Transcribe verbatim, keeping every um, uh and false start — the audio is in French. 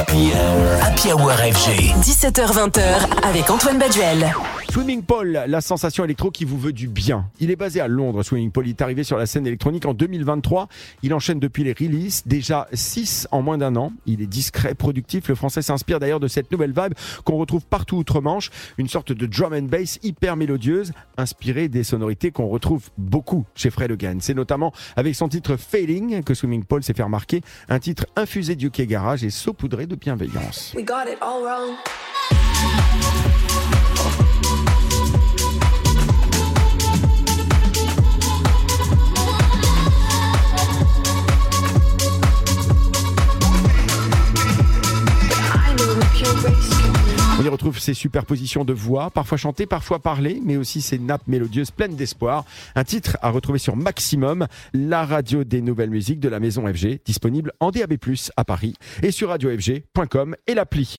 Happy Hour, Happy Hour F G. dix-sept heures vingt avec Antoine Baduel. Swimming Paul, la sensation électro qui vous veut du bien. Il est basé à Londres, Swimming Paul. Il est arrivé sur la scène électronique en deux mille vingt-trois. Il enchaîne depuis les releases, déjà six en moins d'un an. Il est discret, productif. Le français s'inspire d'ailleurs de cette nouvelle vibe qu'on retrouve partout outre-Manche. Une sorte de drum and bass hyper mélodieuse, inspirée des sonorités qu'on retrouve beaucoup chez Fred Again. C'est notamment avec son titre Failing que Swimming Paul s'est fait remarquer. Un titre infusé du U K Garage et saupoudré de bienveillance. We got it all wrong. On y retrouve ses superpositions de voix, parfois chantées, parfois parlées, mais aussi ses nappes mélodieuses pleines d'espoir. Un titre à retrouver sur Maximum, la radio des nouvelles musiques de la maison F G, disponible en D A B plus, à Paris et sur radio f g point com et l'appli.